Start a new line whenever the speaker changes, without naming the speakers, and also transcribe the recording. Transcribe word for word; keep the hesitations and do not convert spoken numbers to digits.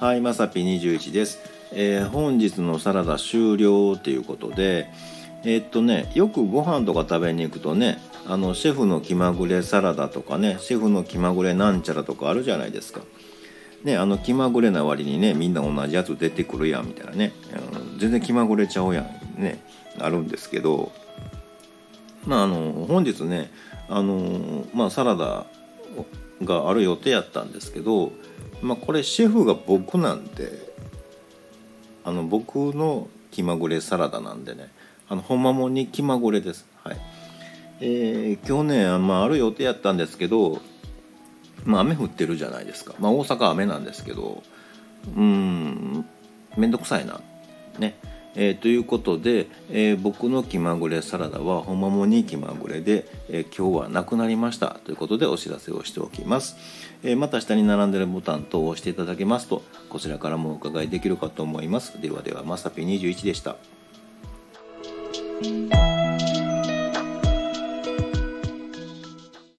はい、まさぴにじゅういちです。えー本日のサラダ終了ということで、えーっとね、よくご飯とか食べに行くとね、あのシェフの気まぐれサラダとかね、シェフの気まぐれなんちゃらとかあるじゃないですか。ね、あの気まぐれな割にね、みんな同じやつ出てくるやんみたいなね、うん、全然気まぐれちゃうやんね、あるんですけど、まああの本日ね、あのまあサラダがある予定やったんですけど、まあこれシェフが僕なんで、あの僕の気まぐれサラダなんでね、あのほんまもんに気まぐれです。はい。えー、今日ね、まあ、ある予定やったんですけど、まあ、雨降ってるじゃないですか。まあ、大阪は雨なんですけど、うーん、めんどくさいな。ね。えーということで、えー僕の気まぐれサラダはほんまもんに気まぐれで、えー今日はなくなりましたということでお知らせをしておきます。えーまた下に並んでいるボタン等を押していただけますと、こちらからもお伺いできるかと思います。ではでは、まさぴにじゅういちでした。